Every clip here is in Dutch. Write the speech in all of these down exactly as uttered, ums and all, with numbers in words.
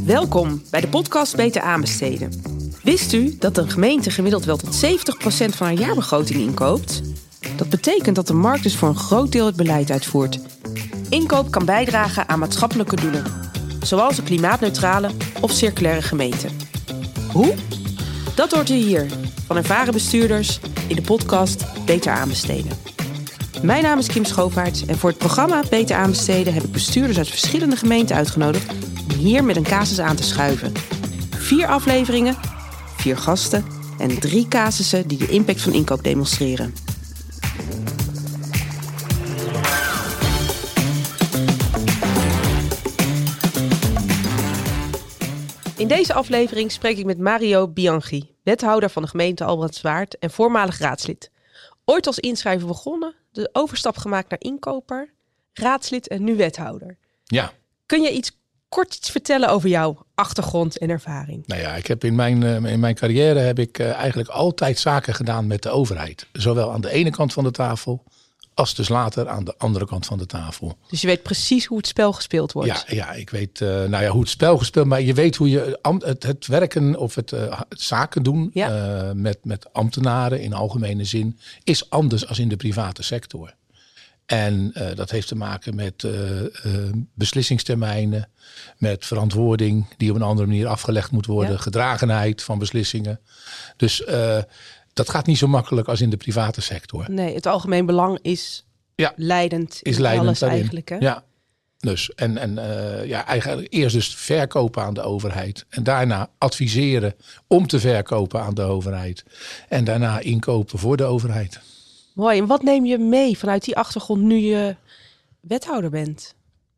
Welkom bij de podcast Beter Aanbesteden. Wist u dat een gemeente gemiddeld wel tot zeventig procent van haar jaarbegroting inkoopt? Dat betekent dat de markt dus voor een groot deel het beleid uitvoert. Inkoop kan bijdragen aan maatschappelijke doelen, zoals een klimaatneutrale of circulaire gemeente. Hoe? Dat hoort u hier, van ervaren bestuurders in de podcast Beter Aanbesteden. Mijn naam is Kim Schoopaerts en voor het programma Beter Aanbesteden heb ik bestuurders uit verschillende gemeenten uitgenodigd om hier met een casus aan te schuiven. Vier afleveringen, vier gasten en drie casussen die de impact van inkoop demonstreren. In deze aflevering spreek ik met Mario Bianchi, wethouder van de gemeente Albrandswaard en voormalig raadslid. Ooit als inschrijver begonnen, de overstap gemaakt naar inkoper, raadslid en nu wethouder. Ja. Kun je iets kort iets vertellen over jouw achtergrond en ervaring? Nou ja, ik heb in mijn, uh, in mijn carrière heb ik uh, eigenlijk altijd zaken gedaan met de overheid. Zowel aan de ene kant van de tafel als dus later aan de andere kant van de tafel. Dus je weet precies hoe het spel gespeeld wordt? Ja, ja ik weet uh, nou ja, hoe het spel gespeeld, maar je weet hoe je het, het werken of het, uh, het zaken doen ja. uh, met, met ambtenaren in algemene zin is anders dan in de private sector. En uh, dat heeft te maken met uh, uh, beslissingstermijnen, met verantwoording die op een andere manier afgelegd moet worden, ja. gedragenheid van beslissingen. Dus uh, dat gaat niet zo makkelijk als in de private sector. Nee, het algemeen belang is ja. leidend in is leidend alles daarin. eigenlijk. Hè? Ja, dus en, en uh, ja, eigenlijk eerst dus verkopen aan de overheid en daarna adviseren om te verkopen aan de overheid en daarna inkopen voor de overheid. Mooi. En wat neem je mee vanuit die achtergrond nu je wethouder bent?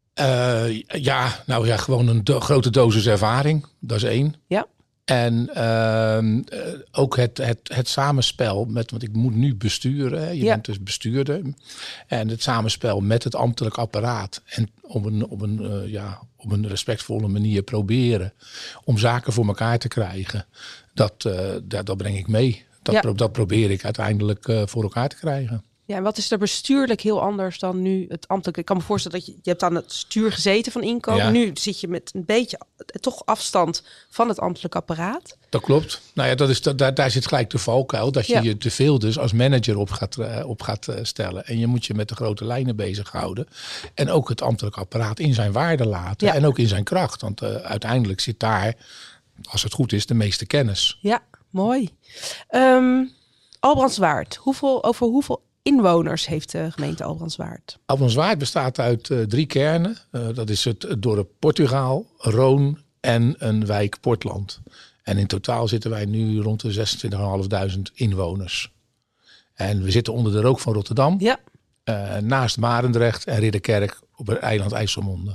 Uh, ja, nou ja, gewoon een do- grote dosis ervaring. Dat is één. Ja. En uh, uh, ook het, het, het samenspel met, want ik moet nu besturen. Hè. Je ja. bent dus bestuurder. En het samenspel met het ambtelijk apparaat. En op een, op een, uh, ja, op een respectvolle manier proberen om zaken voor elkaar te krijgen. Dat, uh, dat, dat breng ik mee. Dat, ja. pro- dat probeer ik uiteindelijk uh, voor elkaar te krijgen. Ja, en wat is er bestuurlijk heel anders dan nu het ambtelijk? Ik kan me voorstellen dat je, je hebt aan het stuur gezeten van inkoop. Ja. Nu zit je met een beetje toch afstand van het ambtelijk apparaat. Dat klopt. Nou ja, dat is, dat, daar, daar zit gelijk de valkuil. Dat je ja. je te veel dus als manager op gaat, uh, op gaat uh, stellen. En je moet je met de grote lijnen bezighouden. En ook het ambtelijk apparaat in zijn waarde laten. Ja. En ook in zijn kracht. Want uh, uiteindelijk zit daar, als het goed is, de meeste kennis. Ja, mooi. Um, Albrandswaard, hoeveel, over hoeveel inwoners heeft de gemeente Albrandswaard? Albrandswaard bestaat uit uh, drie kernen. Uh, dat is het, het dorp Portugaal, Roon en een wijk Portland. En in totaal zitten wij nu rond de zesentwintigduizend inwoners. En we zitten onder de rook van Rotterdam. Ja. Uh, naast Barendrecht en Ridderkerk op het eiland IJsselmonde.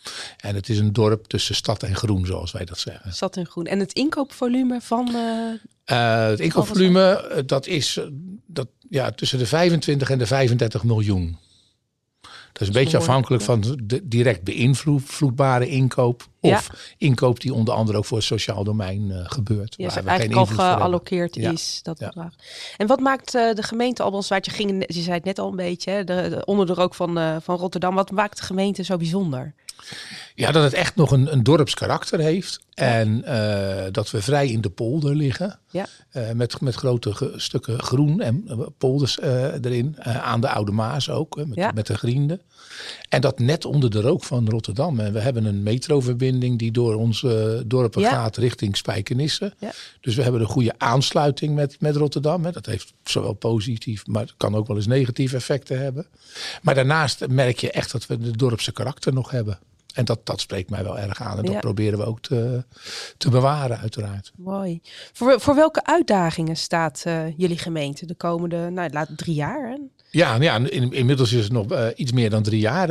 En het is een dorp tussen stad en groen, zoals wij dat zeggen. Stad en groen. En het inkoopvolume van... Uh, uh, het inkoopvolume, uh, dat is uh, dat, ja, tussen de vijfentwintig en de vijfendertig miljoen. Dat is een dat beetje is afhankelijk ja. van de direct beïnvloedbare inkoop. Of ja. inkoop die onder andere ook voor het sociaal domein uh, gebeurt. Ja, waar eigenlijk al geallokeerd is, ja. dat ja. bedrag. En wat maakt uh, de gemeente Albrandswaard, je, ging, je zei het net al een beetje, hè, de, de, onder de rook van, uh, van Rotterdam. Wat maakt de gemeente zo bijzonder? Ja, dat het echt nog een, een dorpskarakter heeft. Ja. En uh, dat we vrij in de polder liggen. Ja. Uh, met, met grote ge, stukken groen en uh, polders uh, erin. Uh, aan de Oude Maas ook, uh, met, ja. met de grienden. En dat net onder de rook van Rotterdam. En we hebben een metroverbinding die door onze uh, dorpen ja. gaat richting Spijkenisse. Ja. Dus we hebben een goede aansluiting met, met Rotterdam. Hè. Dat heeft zowel positief, maar het kan ook wel eens negatieve effecten hebben. Maar daarnaast merk je echt dat we de dorpse karakter nog hebben. En dat, dat spreekt mij wel erg aan. En dat ja. proberen we ook te, te bewaren uiteraard. Mooi. Voor, voor welke uitdagingen staat uh, jullie gemeente de komende nou, laat, drie jaar? Hè? Ja, ja in, inmiddels is het nog uh, iets meer dan drie jaar.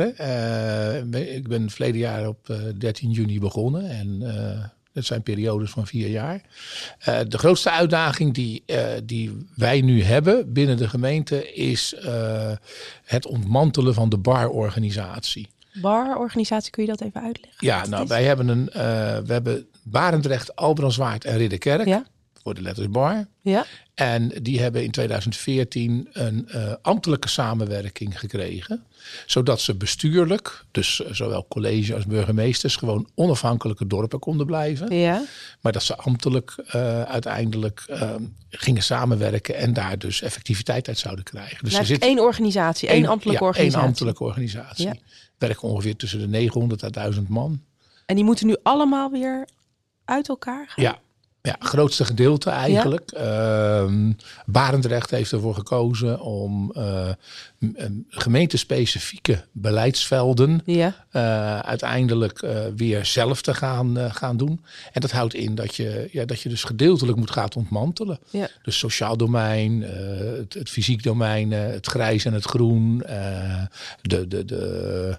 Uh, ik ben verleden jaar op uh, dertien juni begonnen. En uh, het zijn periodes van vier jaar. Uh, de grootste uitdaging die, uh, die wij nu hebben binnen de gemeente is uh, het ontmantelen van de barorganisatie. Barorganisatie, kun je dat even uitleggen? Ja, nou, wij hebben een, uh, we hebben Barendrecht, Albrandswaard en Ridderkerk. Ja. voor de letters bar. Ja. En die hebben in tweeduizend veertien een uh, ambtelijke samenwerking gekregen. Zodat ze bestuurlijk, dus zowel college als burgemeesters, gewoon onafhankelijke dorpen konden blijven. Ja. Maar dat ze ambtelijk uh, uiteindelijk uh, gingen samenwerken en daar dus effectiviteit uit zouden krijgen. Dus nou, er zit één organisatie, één ambtelijke ja, organisatie. één ambtelijke organisatie. Ja. Werken ongeveer tussen de negenhonderd à duizend man. En die moeten nu allemaal weer uit elkaar gaan? Ja. Ja, grootste gedeelte eigenlijk. Ja. Uh, Barendrecht heeft ervoor gekozen om uh, gemeentespecifieke beleidsvelden ja. uh, uiteindelijk uh, weer zelf te gaan, uh, gaan doen. En dat houdt in dat je, ja, dat je dus gedeeltelijk moet gaan ontmantelen. Ja. Dus sociaal domein, uh, het, het fysiek domein, uh, het grijs en het groen, uh, de, de, de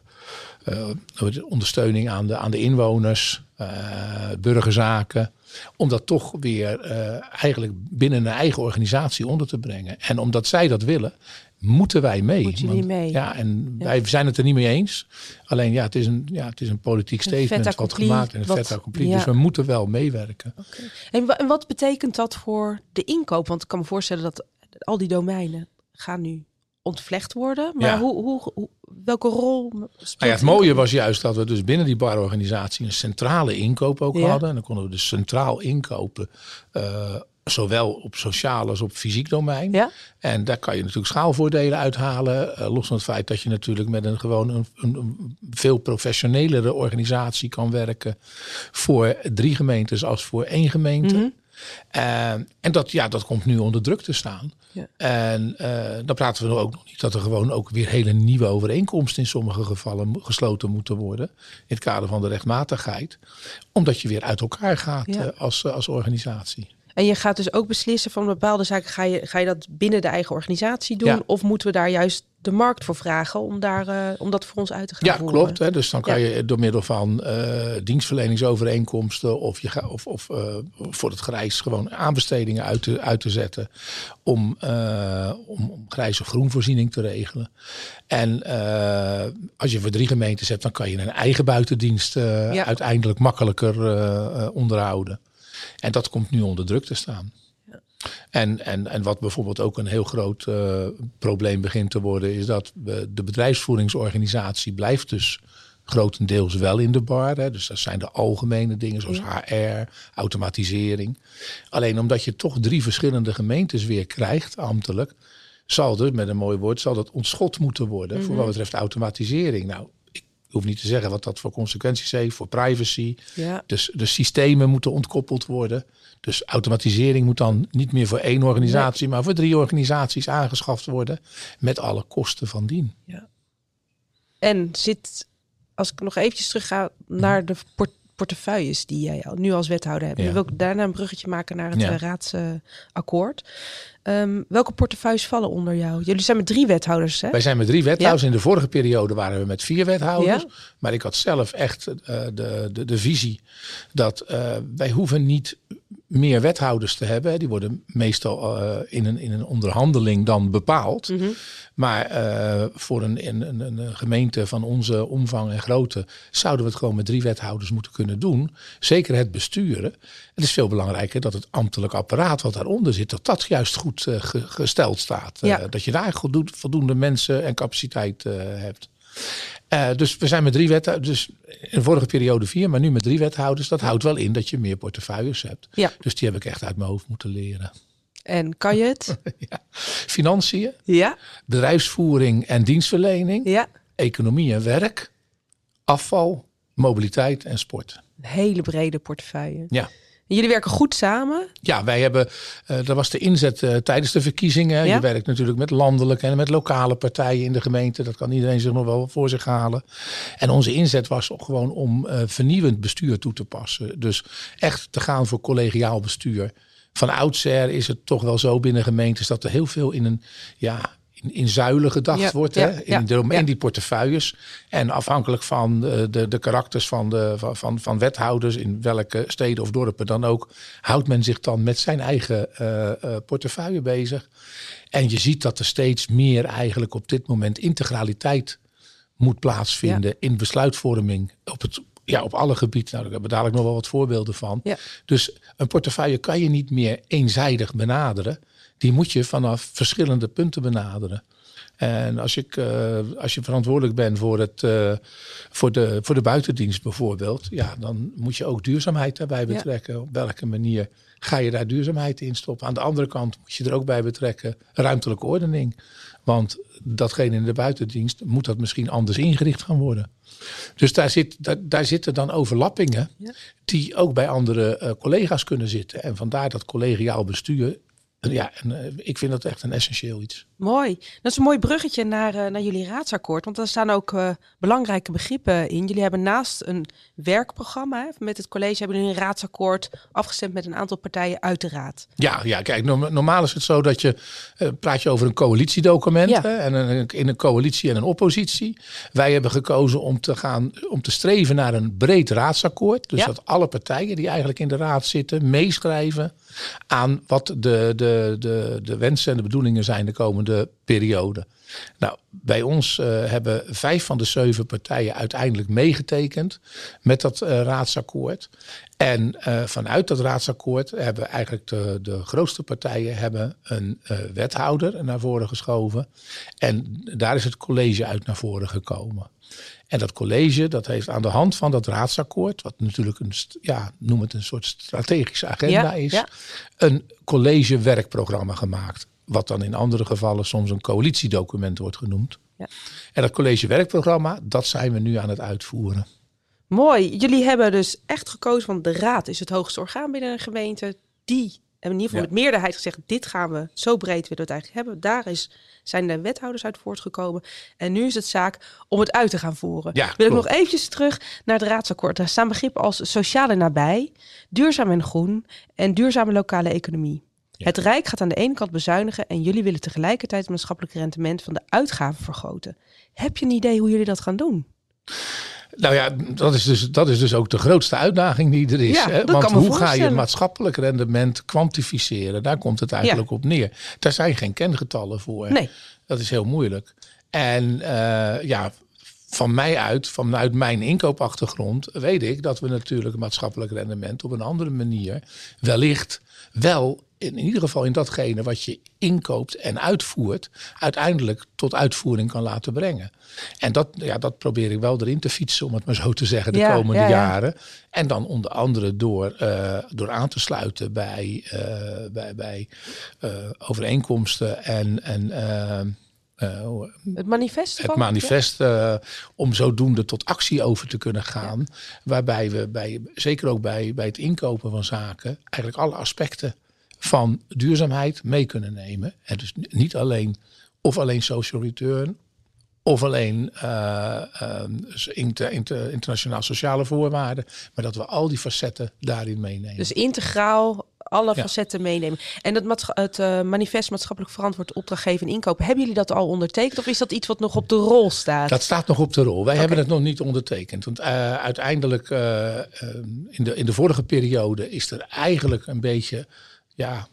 uh, ondersteuning aan de, aan de inwoners, uh, burgerzaken. Om dat toch weer uh, eigenlijk binnen een eigen organisatie onder te brengen. En omdat zij dat willen, moeten wij mee. Moet jullie Want, mee? Ja, en ja. wij zijn het er niet mee eens. Alleen ja, het is een, ja, het is een politiek statement een wat gemaakt. En het fait accompli. Ja. Dus we moeten wel meewerken. Okay. En, en wat betekent dat voor de inkoop? Want ik kan me voorstellen dat al die domeinen gaan nu ontvlecht worden. Maar ja. hoe, hoe, hoe, welke rol speelt nou ja, het mooie was juist dat we dus binnen die barorganisatie een centrale inkoop ook ja. hadden. En dan konden we dus centraal inkopen. Uh, zowel op sociaal als op fysiek domein. Ja. En daar kan je natuurlijk schaalvoordelen uithalen. Uh, los van het feit dat je natuurlijk met een gewoon een, een, een veel professionelere organisatie kan werken. Voor drie gemeentes als voor één gemeente. Mm-hmm. Uh, en dat, ja, dat komt nu onder druk te staan. Ja. En uh, dan praten we ook nog niet dat er gewoon ook weer hele nieuwe overeenkomsten in sommige gevallen gesloten moeten worden. In het kader van de rechtmatigheid. Omdat je weer uit elkaar gaat ja. uh, als, uh, als organisatie. En je gaat dus ook beslissen van bepaalde zaken. Ga je, ga je dat binnen de eigen organisatie doen? Ja. Of moeten we daar juist de markt voor vragen om, daar, uh, om dat voor ons uit te gaan ja, voeren? Ja, klopt. Hè. Dus dan kan ja. je door middel van uh, dienstverleningsovereenkomsten of, je ga, of, of uh, voor het grijs gewoon aanbestedingen uit te, uit te zetten. Om, uh, om, om grijs- of groenvoorziening te regelen. En uh, als je voor drie gemeentes hebt, dan kan je een eigen buitendienst uh, ja. uiteindelijk makkelijker uh, uh, onderhouden. En dat komt nu onder druk te staan. Ja. En, en, en wat bijvoorbeeld ook een heel groot uh, probleem begint te worden, is dat we, de bedrijfsvoeringsorganisatie blijft dus grotendeels wel in de bar. Hè. Dus dat zijn de algemene dingen zoals ja. H R, automatisering. Alleen omdat je toch drie verschillende gemeentes weer krijgt, ambtelijk, zal dus met een mooi woord, zal dat ontschot moeten worden mm-hmm. voor wat betreft automatisering. Nou, ik hoef niet te zeggen wat dat voor consequenties heeft voor privacy. Ja. Dus de systemen moeten ontkoppeld worden. Dus automatisering moet dan niet meer voor één organisatie, nee. maar voor drie organisaties aangeschaft worden. Met alle kosten van dien. Ja. En zit, als ik nog eventjes terug ga naar de port- portefeuilles die jij nu als wethouder hebt. Ja. Dan wil ik daarna een bruggetje maken naar het ja. raadsakkoord. Um, welke portefeuilles vallen onder jou? Jullie zijn met drie wethouders, hè? Wij zijn met drie wethouders. Ja. In de vorige periode waren we met vier wethouders. Ja. Maar ik had zelf echt uh, de, de, de visie dat uh, wij hoeven niet meer wethouders te hebben. Die worden meestal uh, in, een, in een onderhandeling dan bepaald. Mm-hmm. Maar uh, voor een, een, een gemeente van onze omvang en grootte zouden we het gewoon met drie wethouders moeten kunnen doen. Zeker het besturen. Het is veel belangrijker dat het ambtelijk apparaat wat daaronder zit, dat dat juist goed uh, ge- gesteld staat. Ja. Uh, dat je daar voldoende, voldoende mensen en capaciteit uh, hebt. Uh, dus we zijn met drie wethouders, dus in de vorige periode vier, maar nu met drie wethouders. Dat houdt wel in dat je meer portefeuilles hebt. Ja. Dus die heb ik echt uit mijn hoofd moeten leren. En kan je het? ja. Financiën, ja. bedrijfsvoering en dienstverlening, ja. economie en werk, afval, mobiliteit en sport. Een hele brede portefeuille. Ja. En jullie werken goed samen? Ja, wij hebben, uh, dat was de inzet uh, tijdens de verkiezingen. Ja? Je werkt natuurlijk met landelijke en met lokale partijen in de gemeente. Dat kan iedereen zich nog wel voor zich halen. En onze inzet was gewoon om uh, vernieuwend bestuur toe te passen. Dus echt te gaan voor collegiaal bestuur. Van oudsher is het toch wel zo binnen gemeentes dat er heel veel in een... ja. In, in zuilen gedacht ja, wordt, ja, hè? In, ja, de, ja. in die portefeuilles. En afhankelijk van de, de, de karakters van, de, van, van wethouders, in welke steden of dorpen dan ook, houdt men zich dan met zijn eigen uh, uh, portefeuille bezig. En je ziet dat er steeds meer eigenlijk op dit moment integraliteit moet plaatsvinden ja. in besluitvorming op het Ja, op alle gebieden. Nou, daar hebben we dadelijk nog wel wat voorbeelden van. Ja. Dus een portefeuille kan je niet meer eenzijdig benaderen. Die moet je vanaf verschillende punten benaderen. En als, ik, uh, als je verantwoordelijk bent voor, het, uh, voor, de, voor de buitendienst bijvoorbeeld, ja, dan moet je ook duurzaamheid daarbij betrekken. Ja. Op welke manier ga je daar duurzaamheid in stoppen? Aan de andere kant moet je er ook bij betrekken ruimtelijke ordening. Want datgene in de buitendienst moet dat misschien anders ingericht gaan worden. Dus daar, zit, daar, daar zitten dan overlappingen ja. die ook bij andere uh, collega's kunnen zitten. En vandaar dat collegiaal bestuur. Ja, en, uh, ik vind dat echt een essentieel iets. Mooi. Dat is een mooi bruggetje naar, uh, naar jullie raadsakkoord. Want daar staan ook uh, belangrijke begrippen in. Jullie hebben naast een werkprogramma hè, met het college hebben jullie een raadsakkoord afgestemd met een aantal partijen uit de raad. Ja, ja kijk, normaal is het zo dat je uh, praat je over een coalitiedocument ja. hè, en een, in een coalitie en een oppositie. Wij hebben gekozen om te gaan om te streven naar een breed raadsakkoord. Dus ja. dat alle partijen die eigenlijk in de raad zitten meeschrijven aan wat de, de, de, de wensen en de bedoelingen zijn de komende periode. Nou, bij ons uh, hebben vijf van de zeven partijen uiteindelijk meegetekend met dat uh, raadsakkoord. En uh, vanuit dat raadsakkoord hebben eigenlijk de, de grootste partijen hebben een uh, wethouder naar voren geschoven. En daar is het college uit naar voren gekomen. En dat college, dat heeft aan de hand van dat raadsakkoord, wat natuurlijk een, ja, noem het een soort strategische agenda ja, is, ja. een college werkprogramma gemaakt. Wat dan in andere gevallen soms een coalitiedocument wordt genoemd. Ja. En dat college werkprogramma, dat zijn we nu aan het uitvoeren. Mooi. Jullie hebben dus echt gekozen, want de raad is het hoogste orgaan binnen een gemeente. Die hebben in ieder geval ja. met meerderheid gezegd, dit gaan we zo breed willen we het eigenlijk hebben. Daar is, zijn de wethouders uit voortgekomen. En nu is het zaak om het uit te gaan voeren. Ja, Wil ik nog eventjes terug naar het raadsakkoord. Daar staan begrippen als sociaal en nabij, duurzaam en groen en duurzame lokale economie. Ja. Het Rijk gaat aan de ene kant bezuinigen en jullie willen tegelijkertijd het maatschappelijk rendement van de uitgaven vergroten. Heb je een idee hoe jullie dat gaan doen? Nou ja, dat is dus, dat is dus ook de grootste uitdaging die er is. Ja, hè? Want hoe ga je het maatschappelijk rendement kwantificeren? Daar komt het eigenlijk ja. op neer. Daar zijn geen kengetallen voor. Nee. Dat is heel moeilijk. En uh, ja, van mij uit, vanuit mijn inkoopachtergrond, weet ik dat we natuurlijk het maatschappelijk rendement op een andere manier wellicht wel in ieder geval in datgene wat je inkoopt en uitvoert, uiteindelijk tot uitvoering kan laten brengen. En dat, ja, dat probeer ik wel erin te fietsen, om het maar zo te zeggen, de ja, komende ja, ja. jaren. En dan onder andere door, uh, door aan te sluiten bij, uh, bij, bij uh, overeenkomsten en... en uh, Uh, het manifest? Het manifest uh, om zodoende tot actie over te kunnen gaan. Ja. Waarbij we bij, zeker ook bij, bij het inkopen van zaken, eigenlijk alle aspecten van duurzaamheid mee kunnen nemen. En dus niet alleen of alleen social return of alleen uh, uh, inter, inter, internationaal sociale voorwaarden. Maar dat we al die facetten daarin meenemen. Dus integraal alle ja. facetten meenemen. En het, het uh, manifest maatschappelijk verantwoord opdrachtgeven en inkopen, hebben jullie dat al ondertekend of is dat iets wat nog op de rol staat? Dat staat nog op de rol. Wij okay. hebben het nog niet ondertekend. Want uh, uiteindelijk uh, uh, in, de, in de vorige periode is er eigenlijk een beetje, ja,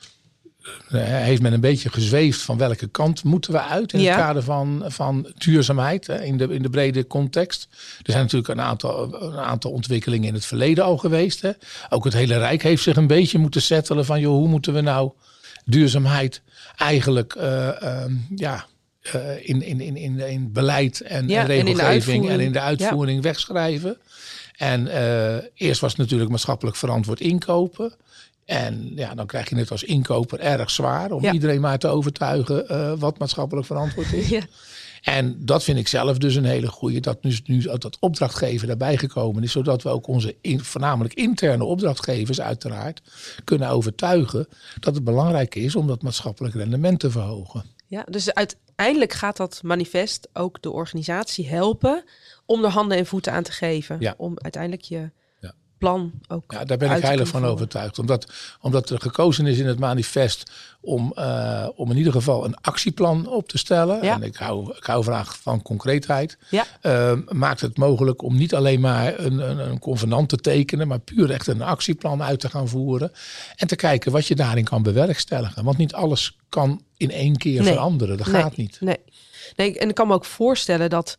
uh, heeft men een beetje gezweefd van welke kant moeten we uit in ja. het kader van, van duurzaamheid, hè, in, de, in de brede context. Er zijn natuurlijk een aantal, een aantal ontwikkelingen in het verleden al geweest. Hè. Ook het hele Rijk heeft zich een beetje moeten settelen van, joh, hoe moeten we nou duurzaamheid eigenlijk uh, uh, ja, uh, in, in, in, in, in beleid en, ja, en regelgeving en in de, en in de uitvoering ja. wegschrijven. En uh, eerst was het natuurlijk maatschappelijk verantwoord inkopen. En ja, dan krijg je het als inkoper erg zwaar om ja. iedereen maar te overtuigen uh, wat maatschappelijk verantwoord is. Ja. En dat vind ik zelf dus een hele goede, dat nu, nu dat opdrachtgever daarbij gekomen is, zodat we ook onze in, voornamelijk interne opdrachtgevers uiteraard kunnen overtuigen dat het belangrijk is om dat maatschappelijk rendement te verhogen. Ja, dus uiteindelijk gaat dat manifest ook de organisatie helpen om er handen en voeten aan te geven. Ja. Om uiteindelijk je plan ook. Ja, daar ben ik heilig van overtuigd. Omdat, omdat er gekozen is in het manifest om, uh, om in ieder geval een actieplan op te stellen. Ja. En ik hou, ik hou graag van concreetheid. Ja. Uh, maakt het mogelijk om niet alleen maar een, een, een convenant te tekenen, maar puur echt een actieplan uit te gaan voeren. En te kijken wat je daarin kan bewerkstelligen. Want niet alles kan in één keer nee. veranderen. Dat nee. gaat niet. Nee. nee, en ik kan me ook voorstellen dat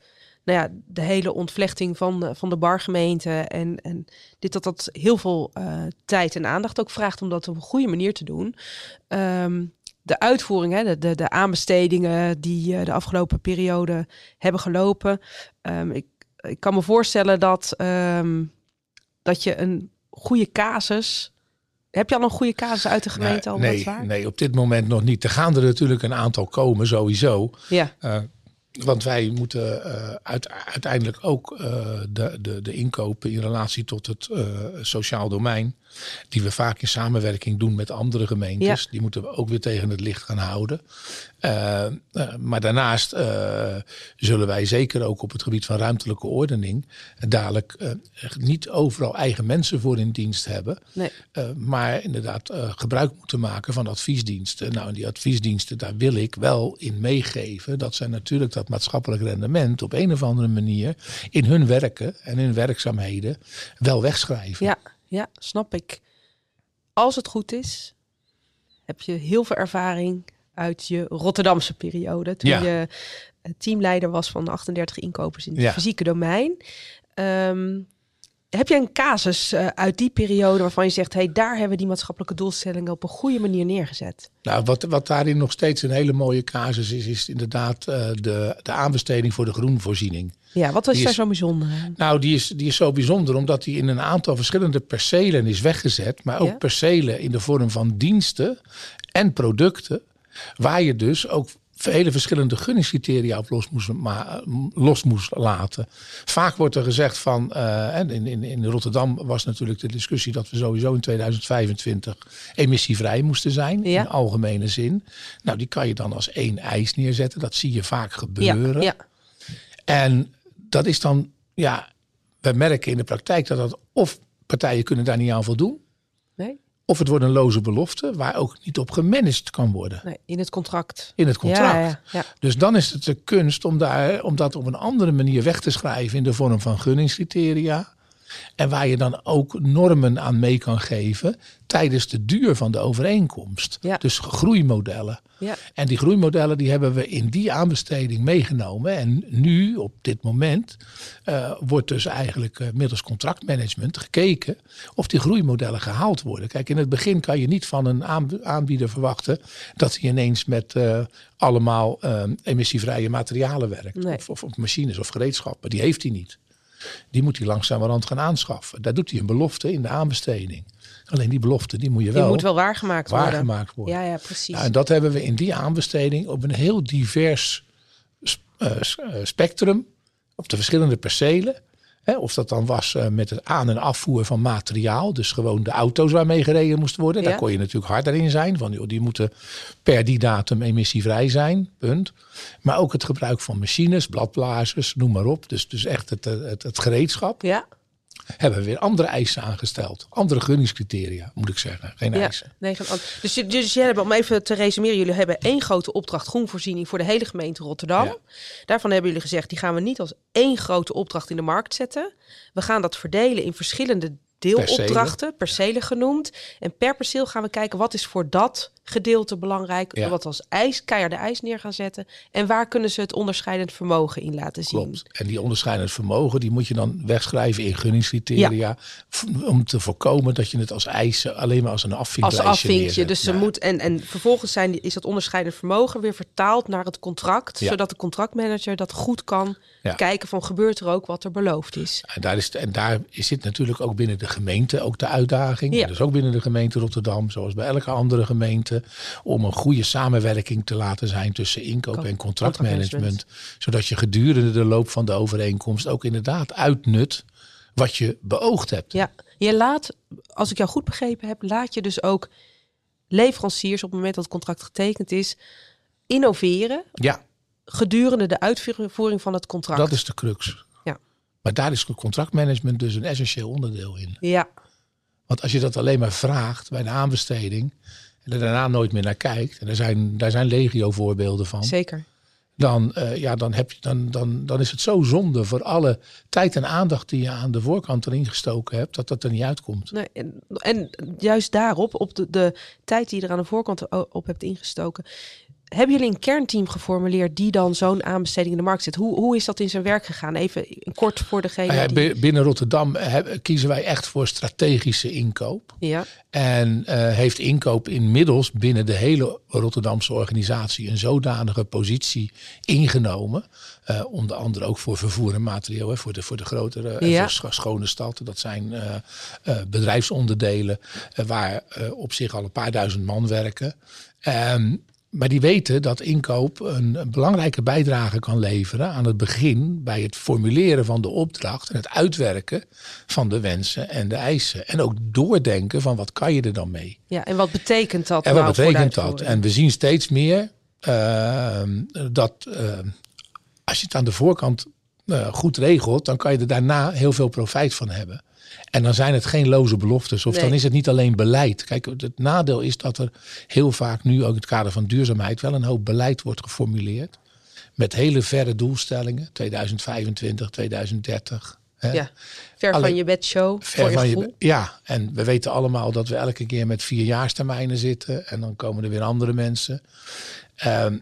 nou ja, de hele ontvlechting van, van de bargemeente. En, en dit dat dat heel veel uh, tijd en aandacht ook vraagt om dat op een goede manier te doen. Um, de uitvoering, hè, de, de, de aanbestedingen die uh, de afgelopen periode hebben gelopen. Um, ik, ik kan me voorstellen dat, um, dat je een goede casus... Heb je al een goede casus uit de gemeente al? Nee, nee, nee, op dit moment nog niet. Er gaan er natuurlijk een aantal komen, sowieso. Ja. Uh, want wij moeten uh, uit, uiteindelijk ook uh, de, de, de inkopen in relatie tot het uh, sociaal domein, die we vaak in samenwerking doen met andere gemeentes, ja. die moeten we ook weer tegen het licht gaan houden. Uh, uh, maar daarnaast uh, zullen wij zeker ook op het gebied van ruimtelijke ordening dadelijk uh, niet overal eigen mensen voor in dienst hebben. Nee. Uh, maar inderdaad uh, gebruik moeten maken van adviesdiensten. Nou, en die adviesdiensten, daar wil ik wel in meegeven dat zij natuurlijk dat maatschappelijk rendement op een of andere manier in hun werken en hun werkzaamheden wel wegschrijven. Ja, ja, snap ik. Als het goed is, heb je heel veel ervaring uit je Rotterdamse periode. Toen ja. je teamleider was van achtendertig inkopers in het ja. fysieke domein. Um, heb je een casus uh, uit die periode waarvan je zegt, hey, daar hebben we die maatschappelijke doelstellingen op een goede manier neergezet? Nou, wat, wat daarin nog steeds een hele mooie casus is, is inderdaad uh, de, de aanbesteding voor de groenvoorziening. Ja, wat was die daar is, zo bijzonder aan? Nou, die is, die is zo bijzonder omdat die in een aantal verschillende percelen is weggezet. Maar ook ja? percelen in de vorm van diensten en producten. Waar je dus ook hele verschillende gunningscriteria op los moest, ma- los moest laten. Vaak wordt er gezegd van, uh, in, in, in Rotterdam was natuurlijk de discussie dat we sowieso in tweeduizend vijfentwintig emissievrij moesten zijn. Ja. In algemene zin. Nou, die kan je dan als één eis neerzetten. Dat zie je vaak gebeuren. Ja, ja. En dat is dan, ja, we merken in de praktijk dat dat of partijen kunnen daar niet aan voldoen. Nee. Of het wordt een loze belofte waar ook niet op gemanaged kan worden. Nee, in het contract. In het contract. Ja, ja, ja. Dus dan is het de kunst om, daar, om dat op een andere manier weg te schrijven in de vorm van gunningscriteria. En waar je dan ook normen aan mee kan geven tijdens de duur van de overeenkomst. Ja. Dus groeimodellen. Ja. En die groeimodellen die hebben we in die aanbesteding meegenomen. En nu, op dit moment, uh, wordt dus eigenlijk uh, middels contractmanagement gekeken of die groeimodellen gehaald worden. Kijk, in het begin kan je niet van een aanbieder verwachten dat hij ineens met uh, allemaal uh, emissievrije materialen werkt. Nee. Of, of, of machines of gereedschappen. Die heeft hij niet. Die moet hij langzamerhand gaan aanschaffen. Daar doet hij een belofte in de aanbesteding. Alleen die belofte, die moet je wel, die moet wel waargemaakt worden. waargemaakt worden. Ja, ja, precies. Nou, en dat hebben we in die aanbesteding op een heel divers uh, spectrum. Op de verschillende percelen. Hè, of dat dan was uh, met het aan- en afvoer van materiaal. Dus gewoon de auto's waarmee gereden moest worden. Ja. Daar kon je natuurlijk harder in zijn. Van, joh, die moeten per die datum emissievrij zijn. Punt. Maar ook het gebruik van machines, bladblazers, noem maar op. Dus, dus echt het, het, het gereedschap. Ja. Hebben we weer andere eisen aangesteld. Andere gunningscriteria, moet ik zeggen. Geen ja, eisen. Nee, geen, dus, dus jij hebt, om even te resumeren, jullie hebben één grote opdracht groenvoorziening voor de hele gemeente Rotterdam. Ja. Daarvan hebben jullie gezegd, die gaan we niet als één grote opdracht in de markt zetten. We gaan dat verdelen in verschillende deelopdrachten, percelen genoemd. En per perceel gaan we kijken, wat is voor dat gedeelte belangrijk, ja. wat als eis, keiharde eis neer gaan zetten. En waar kunnen ze het onderscheidend vermogen in laten zien? Klopt. En die onderscheidend vermogen, die moet je dan wegschrijven in gunningscriteria. Ja. Om te voorkomen dat je het als eis alleen maar als een afvinklijstje Als afvinkje. neerzet. Dus ze ja. moet, en, en vervolgens zijn, is dat onderscheidend vermogen weer vertaald naar het contract. Ja. Zodat de contractmanager dat goed kan ja. kijken van, gebeurt er ook wat er beloofd is. En daar, is, en daar zit natuurlijk ook binnen de gemeente ook de uitdaging. Ja. Dus ook binnen de gemeente Rotterdam, zoals bij elke andere gemeente. Om een goede samenwerking te laten zijn tussen inkoop en contractmanagement. Zodat je gedurende de loop van de overeenkomst ook inderdaad uitnut wat je beoogd hebt. Ja, je laat, als ik jou goed begrepen heb, laat je dus ook leveranciers op het moment dat het contract getekend is, innoveren. Ja. Gedurende de uitvoering van het contract. Dat is de crux. Ja. Maar daar is het contractmanagement dus een essentieel onderdeel in. Ja. Want als je dat alleen maar vraagt bij de aanbesteding en er daarna nooit meer naar kijkt, en er zijn, daar zijn legio voorbeelden van. Zeker. Dan, uh, ja, dan, heb je, dan, dan, dan is het zo zonde voor alle tijd en aandacht die je aan de voorkant erin gestoken hebt, dat dat er niet uitkomt. Nee, en, en juist daarop, op de, de tijd die je er aan de voorkant op hebt ingestoken, hebben jullie een kernteam geformuleerd die dan zo'n aanbesteding in de markt zet? Hoe, hoe is dat in zijn werk gegaan? Even kort voor degene ja, die... Binnen Rotterdam heb, kiezen wij echt voor strategische inkoop. Ja. En uh, heeft inkoop inmiddels binnen de hele Rotterdamse organisatie een zodanige positie ingenomen. Uh, onder andere ook voor vervoer en materieel, hè, voor, de, voor de grotere ja. voor schone stad. Dat zijn uh, uh, bedrijfsonderdelen uh, waar uh, op zich al een paar duizend man werken. Um, Maar die weten dat inkoop een, een belangrijke bijdrage kan leveren aan het begin bij het formuleren van de opdracht en het uitwerken van de wensen en de eisen. En ook doordenken van wat kan je er dan mee? Ja, en wat betekent dat? En wat nou betekent dat? En we zien steeds meer uh, dat uh, als je het aan de voorkant uh, goed regelt, dan kan je er daarna heel veel profijt van hebben. En dan zijn het geen loze beloftes. Of nee. Dan is het niet alleen beleid. Kijk, het nadeel is dat er heel vaak nu ook in het kader van duurzaamheid wel een hoop beleid wordt geformuleerd. Met hele verre doelstellingen. tweeduizend vijfentwintig, tweeduizend dertig. Hè. Ja, ver alleen, van je bedshow. Ver van je, ja, en we weten allemaal dat we elke keer met vierjaarstermijnen zitten. En dan komen er weer andere mensen. Um,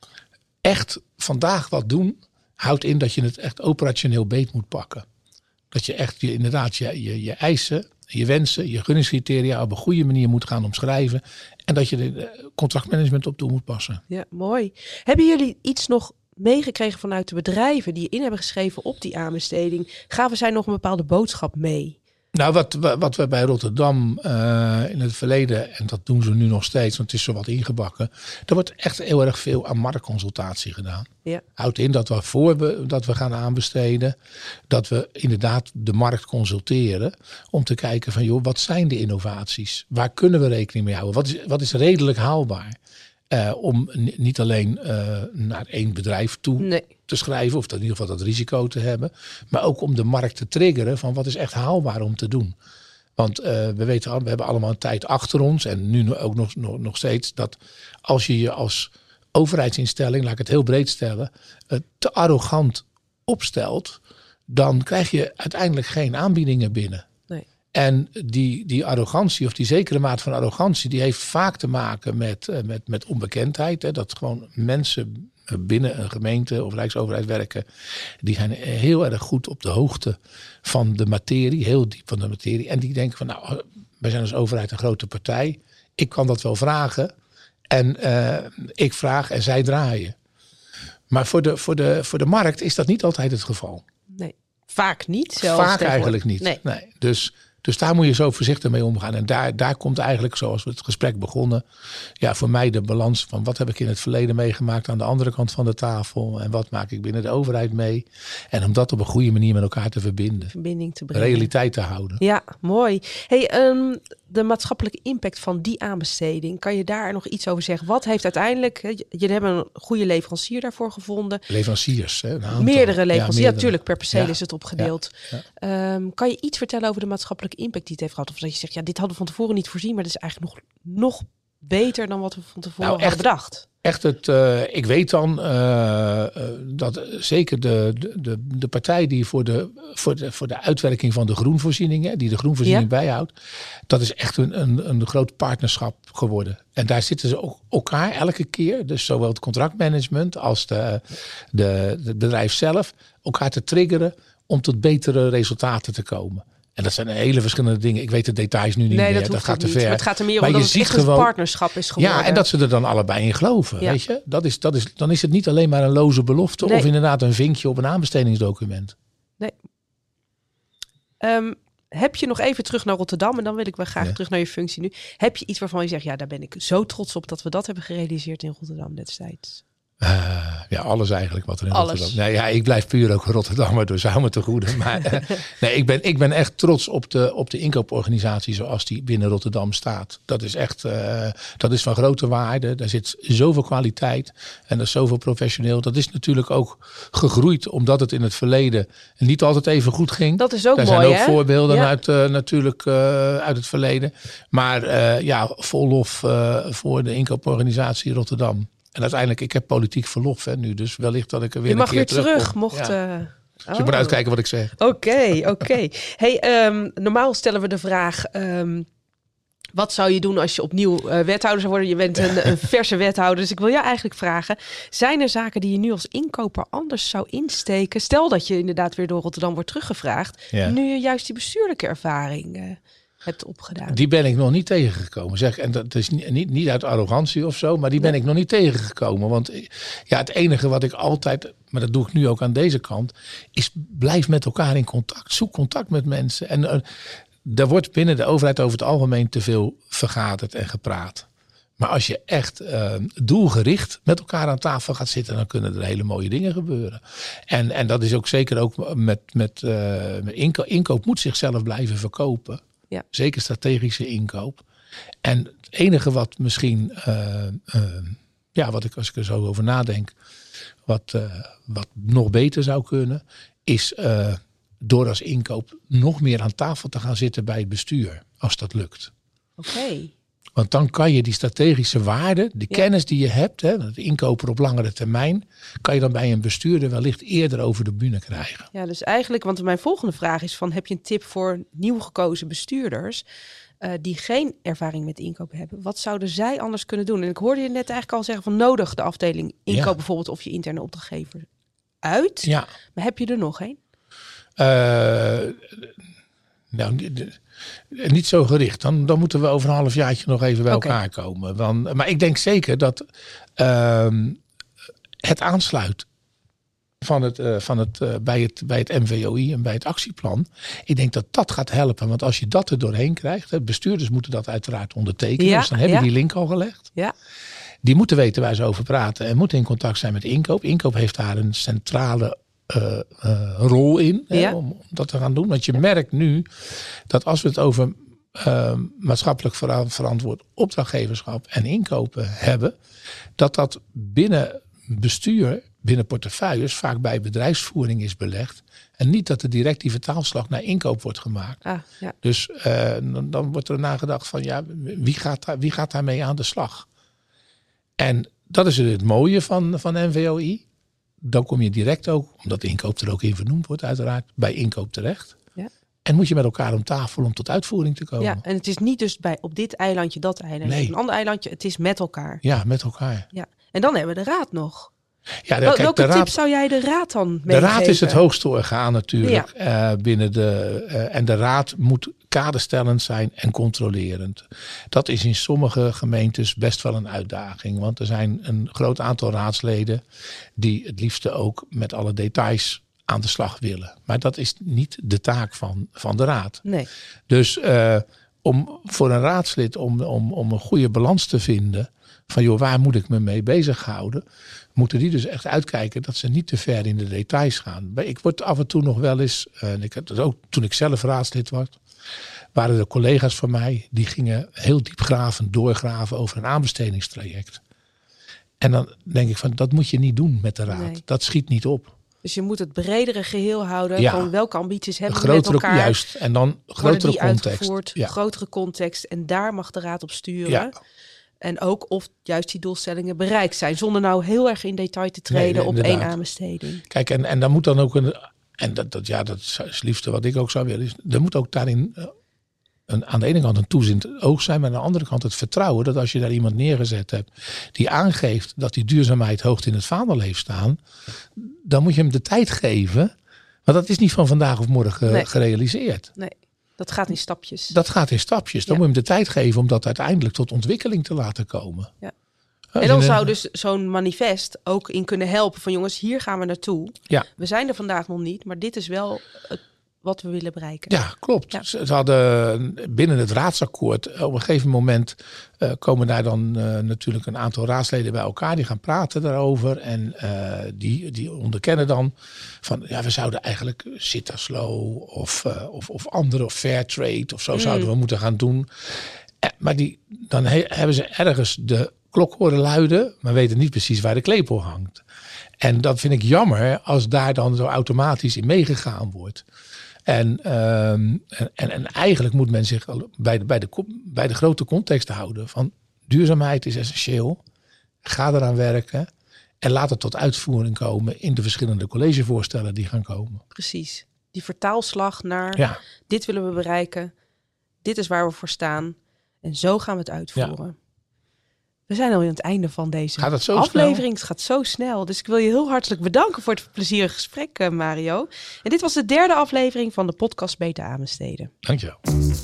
echt vandaag wat doen houdt in dat je het echt operationeel beet moet pakken. Dat je echt je, inderdaad je, je, je eisen, je wensen, je gunningscriteria op een goede manier moet gaan omschrijven. En dat je de contractmanagement op toe moet passen. Ja, mooi. Hebben jullie iets nog meegekregen vanuit de bedrijven die in hebben geschreven op die aanbesteding? Gaven zij nog een bepaalde boodschap mee? Nou, wat, wat we bij Rotterdam uh, in het verleden, en dat doen ze nu nog steeds, want het is zo wat ingebakken. Er wordt echt heel erg veel aan marktconsultatie gedaan. Ja. Houdt in dat we voor we, dat we gaan aanbesteden, dat we inderdaad de markt consulteren. Om te kijken van, joh, wat zijn de innovaties? Waar kunnen we rekening mee houden? Wat is, wat is redelijk haalbaar? Uh, om n- niet alleen uh, naar één bedrijf toe nee. te schrijven, of in ieder geval dat risico te hebben, maar ook om de markt te triggeren van wat is echt haalbaar om te doen. Want uh, we weten al, we hebben allemaal een tijd achter ons en nu ook nog, nog, nog steeds dat als je je als overheidsinstelling, laat ik het heel breed stellen, uh, te arrogant opstelt, dan krijg je uiteindelijk geen aanbiedingen binnen. Nee. En die, die arrogantie of die zekere maat van arrogantie, die heeft vaak te maken met, uh, met, met onbekendheid. Hè? Dat gewoon mensen binnen een gemeente of rijksoverheid werken, die zijn heel erg goed op de hoogte van de materie, heel diep van de materie. En die denken van, nou, wij zijn als overheid een grote partij. Ik kan dat wel vragen. En uh, ik vraag en zij draaien. Maar voor de, voor, de, voor de markt is dat niet altijd het geval. Nee, vaak niet. Zelfs vaak eigenlijk niet. Nee. Nee. Dus, dus daar moet je zo voorzichtig mee omgaan. En daar, daar komt eigenlijk, zoals we het gesprek begonnen, ja, voor mij de balans van wat heb ik in het verleden meegemaakt aan de andere kant van de tafel. En wat maak ik binnen de overheid mee. En om dat op een goede manier met elkaar te verbinden. Verbinding te brengen. Realiteit te houden. Ja, mooi. Hey, um, de maatschappelijke impact van die aanbesteding. Kan je daar nog iets over zeggen? Wat heeft uiteindelijk, je hebben een goede leverancier daarvoor gevonden. Leveranciers. Hè, meerdere leveranciers. Ja, natuurlijk, per perceel ja. is het opgedeeld. Ja. Ja. Um, kan je iets vertellen over de maatschappelijke impact die het heeft gehad? Of dat je zegt, ja, dit hadden we van tevoren niet voorzien, maar dat is eigenlijk nog, nog beter dan wat we van tevoren nou, hadden bedacht. Echt het, uh, ik weet dan uh, uh, dat zeker de, de, de partij die voor de, voor, de, voor de uitwerking van de groenvoorzieningen, die de groenvoorziening ja. bijhoudt, dat is echt een, een, een groot partnerschap geworden. En daar zitten ze ook elkaar elke keer, dus zowel het contractmanagement als de, de, de bedrijf zelf, elkaar te triggeren om tot betere resultaten te komen. En dat zijn hele verschillende dingen. Ik weet de details nu niet nee, meer. Dat, dat gaat te niet. ver. Maar het gaat er meer om dat het echt gewoon, een partnerschap is geworden. Ja, en dat ze er dan allebei in geloven. Ja. Weet je? Dat is, dat is, dan is het niet alleen maar een loze belofte. Nee. Of inderdaad een vinkje op een aanbestedingsdocument. Nee. Um, heb je nog even terug naar Rotterdam. En dan wil ik wel graag ja. terug naar je functie nu. Heb je iets waarvan je zegt, ja, daar ben ik zo trots op dat we dat hebben gerealiseerd in Rotterdam destijds? Uh, ja, alles eigenlijk wat er in alles. Rotterdam... Nou ja, ik blijf puur ook Rotterdammer, dus hou me te goede. Maar uh, nee, ik ben, ik ben echt trots op de, op de inkooporganisatie zoals die binnen Rotterdam staat. Dat is echt, uh, dat is van grote waarde. Daar zit zoveel kwaliteit en er is zoveel professioneel. Dat is natuurlijk ook gegroeid, omdat het in het verleden niet altijd even goed ging. Dat is ook Daar mooi, zijn ook hè? voorbeelden ja. uit, uh, natuurlijk uh, uit het verleden. Maar uh, ja, vol lof uh, voor de inkooporganisatie Rotterdam. En uiteindelijk, ik heb politiek verlof hè, nu, dus wellicht dat ik er weer je een keer terug. Je mag weer terug, kom. mocht... Ja. Uh... Dus je moet uitkijken wat ik zeg. Oké, okay, oké. Okay. Hey, um, normaal stellen we de vraag... Um, Wat zou je doen als je opnieuw uh, wethouder zou worden? Je bent een, een verse wethouder, dus ik wil jou eigenlijk vragen. Zijn er zaken die je nu als inkoper anders zou insteken? Stel dat je inderdaad weer door Rotterdam wordt teruggevraagd. Ja. Nu je juist die bestuurlijke ervaring uh, hebt opgedaan. Die ben ik nog niet tegengekomen. Zeg. En dat is niet, niet, niet uit arrogantie of zo, maar die ben nee. ik nog niet tegengekomen. Want ja, het enige wat ik altijd, maar dat doe ik nu ook aan deze kant, is blijf met elkaar in contact. Zoek contact met mensen. En uh, er wordt binnen de overheid over het algemeen te veel vergaderd en gepraat. Maar als je echt uh, doelgericht met elkaar aan tafel gaat zitten, dan kunnen er hele mooie dingen gebeuren. En, en dat is ook zeker ook met, met, uh, met inkoop. Inkoop moet zichzelf blijven verkopen. Ja. Zeker strategische inkoop. En het enige wat misschien, uh, uh, ja, wat ik als ik er zo over nadenk, wat, uh, wat nog beter zou kunnen, is uh, door als inkoop nog meer aan tafel te gaan zitten bij het bestuur, als dat lukt. Oké. Okay. Want dan kan je die strategische waarden, de ja. kennis die je hebt, hè, de inkoper op langere termijn, kan je dan bij een bestuurder wellicht eerder over de bühne krijgen. Ja, dus eigenlijk, want mijn volgende vraag is van, heb je een tip voor nieuw gekozen bestuurders uh, die geen ervaring met inkoop hebben? Wat zouden zij anders kunnen doen? En ik hoorde je net eigenlijk al zeggen van, nodig de afdeling inkoop ja. bijvoorbeeld of je interne opdrachtgever uit. Ja. Maar heb je er nog een? Uh, nou, de, niet zo gericht. Dan, dan moeten we over een halfjaartje nog even bij okay. elkaar komen. Want, maar ik denk zeker dat uh, het aansluit van het, uh, van het, uh, bij, het, bij het M V O I en bij het actieplan. Ik denk dat dat gaat helpen. Want als je dat er doorheen krijgt. Hè, bestuurders moeten dat uiteraard ondertekenen. Ja, dus dan hebben ja. die link al gelegd. Ja. Die moeten weten waar ze over praten. En moeten in contact zijn met inkoop. Inkoop heeft daar een centrale Uh, uh, rol in ja. hè, om, om dat te gaan doen. Want je ja. merkt nu dat als we het over uh, maatschappelijk ver- verantwoord opdrachtgeverschap en inkopen hebben, dat dat binnen bestuur, binnen portefeuilles vaak bij bedrijfsvoering is belegd. En niet dat er direct die vertaalslag naar inkoop wordt gemaakt. Ah, ja. Dus uh, dan, dan wordt er nagedacht van ja, wie gaat, daar, wie gaat daarmee aan de slag? En dat is het mooie van, van N V O I. Dan kom je direct ook, omdat de inkoop er ook in vernoemd wordt uiteraard, bij inkoop terecht. Ja. En moet je met elkaar om tafel om tot uitvoering te komen. Ja, en het is niet dus bij op dit eilandje, dat eilandje, nee. een ander eilandje. Het is met elkaar. Ja, met elkaar. Ja. En dan hebben we de raad nog. Ja, Wel, kijk, welke de raad, tip zou jij de raad dan meegeven? De raad is het hoogste orgaan natuurlijk. Ja. Uh, binnen de, uh, en de raad moet kaderstellend zijn en controlerend. Dat is in sommige gemeentes best wel een uitdaging. Want er zijn een groot aantal raadsleden die het liefste ook met alle details aan de slag willen. Maar dat is niet de taak van, van de raad. Nee. Dus uh, om voor een raadslid om, om, om een goede balans te vinden van joh, waar moet ik me mee bezighouden, moeten die dus echt uitkijken dat ze niet te ver in de details gaan. Ik word af en toe nog wel eens, en ik heb dat ook toen ik zelf raadslid was, waren er collega's van mij die gingen heel diepgravend doorgraven over een aanbestedingstraject. En dan denk ik van, dat moet je niet doen met de raad. Nee. Dat schiet niet op. Dus je moet het bredere geheel houden ja. van welke ambities hebben we met elkaar. Juist, en dan grotere die context. Ja. Grotere context en daar mag de raad op sturen. Ja. En ook of juist die doelstellingen bereikt zijn. Zonder nou heel erg in detail te treden nee, nee, op één aanbesteding. Kijk, en, en dan moet dan ook een. En dat, dat, ja, dat is het liefste wat ik ook zou willen. Is, er moet ook daarin uh, een, aan de ene kant een toeziend oog zijn. Maar aan de andere kant het vertrouwen dat als je daar iemand neergezet hebt. Die aangeeft dat die duurzaamheid hoog in het vaandel heeft staan. Dan moet je hem de tijd geven. Want dat is niet van vandaag of morgen nee. gerealiseerd. Nee. Dat gaat in stapjes. Dat gaat in stapjes. Dan ja. moet je hem de tijd geven om dat uiteindelijk tot ontwikkeling te laten komen. Ja. En dan zou dus zo'n manifest ook in kunnen helpen van jongens, hier gaan we naartoe. Ja. We zijn er vandaag nog niet, maar dit is wel het, wat we willen bereiken. Ja, klopt. Ja. Ze hadden binnen het raadsakkoord op een gegeven moment uh, komen daar dan uh, natuurlijk een aantal raadsleden bij elkaar. Die gaan praten daarover en uh, die, die onderkennen dan van ja, we zouden eigenlijk Citaslow of, uh, of, of andere of Fairtrade of zo mm. zouden we moeten gaan doen. Uh, maar die, dan he, hebben ze ergens de klok horen luiden, maar weten niet precies waar de klepel hangt. En dat vind ik jammer als daar dan zo automatisch in meegegaan wordt. En, um, en, en eigenlijk moet men zich bij de, bij, de, bij de grote context houden van duurzaamheid is essentieel. Ga eraan werken en laat het tot uitvoering komen in de verschillende collegevoorstellen die gaan komen. Precies. Die vertaalslag naar ja. dit willen we bereiken. Dit is waar we voor staan. En zo gaan we het uitvoeren. Ja. We zijn al aan het einde van deze gaat het zo aflevering. Snel? Het gaat zo snel. Dus ik wil je heel hartelijk bedanken voor het plezierige gesprek, Mario. En dit was de derde aflevering van de podcast Beter Aanbesteden. Dankjewel.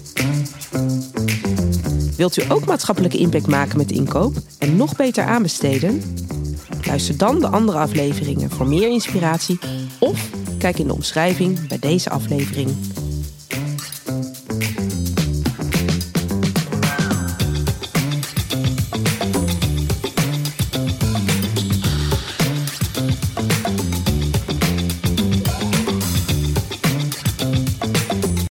Wilt u ook maatschappelijke impact maken met inkoop en nog beter aanbesteden? Luister dan de andere afleveringen voor meer inspiratie of kijk in de omschrijving bij deze aflevering.